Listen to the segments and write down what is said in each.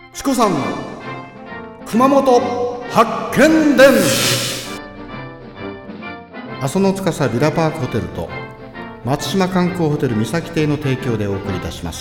チコさんの熊本発見伝。阿蘇の司ビラパークホテルと松島観光ホテル三崎邸の提供でお送りいたします。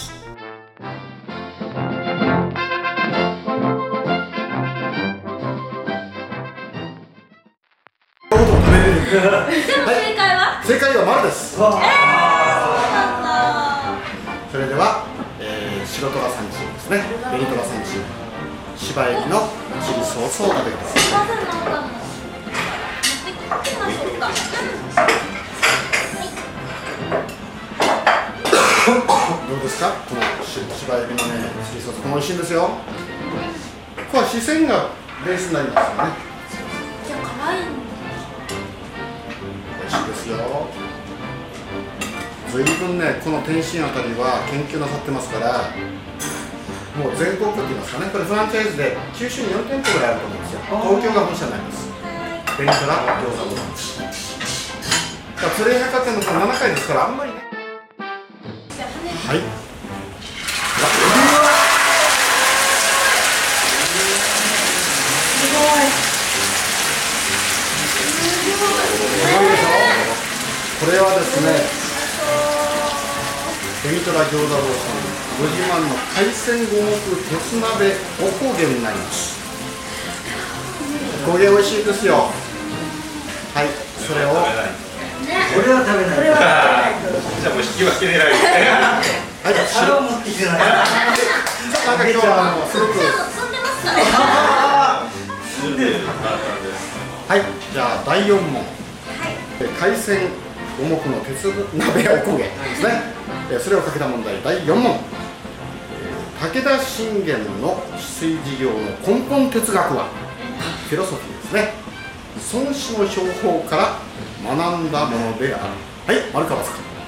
でも正解は？ 正解は丸です。 そうなんだ。 それでは、白虎さんチームですね。ベニトラさんチーム、芝エビのチリソースを食べてください。どうですか、この芝エビのねチリソース、この美味しいんですよ。ここは四川がベースになりますよね。 じゃあ辛いんだ。 美味しいですよ。随分ね、この天津あたりは研究なさってますから、もう全国って言いますかね、これフランチャイズで九州に4店舗ぐらいあると思うんですよ。東京が本社になります。ベニトラ餃子のプレイ百貨店のこの7階ですから、あんまりね。はい。これはですね、ベニトラ餃子ローソンご自慢の海鮮五目鉄鍋おこげになります。おこげ美味しいですよ。はい、それをこれは食べない。これはじゃあもう引き分け狙い。 はい、 白持ってきてない。 なんか今日はすごく飛んでますからね。 はい、じゃあ第4問、海鮮五目の鉄鍋おこげですね。それをかけた問題第4問、武田信玄の治水事業の根本哲学は、フィロソフィーですね。孫子の標法から学んだものである。はい、丸川さん。